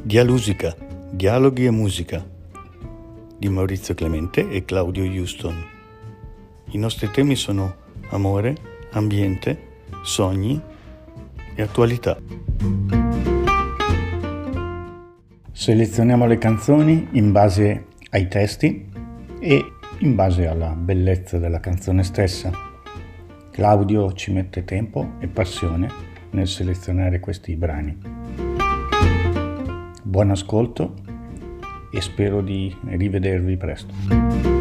Dialusica, dialoghi e musica di Maurizio Clemente e Claudio Houston. I nostri temi sono amore, ambiente, sogni e attualità. Selezioniamo le canzoni in base ai testi e in base alla bellezza della canzone stessa. Claudio ci mette tempo e passione nel selezionare questi brani. Buon ascolto e spero di rivedervi presto.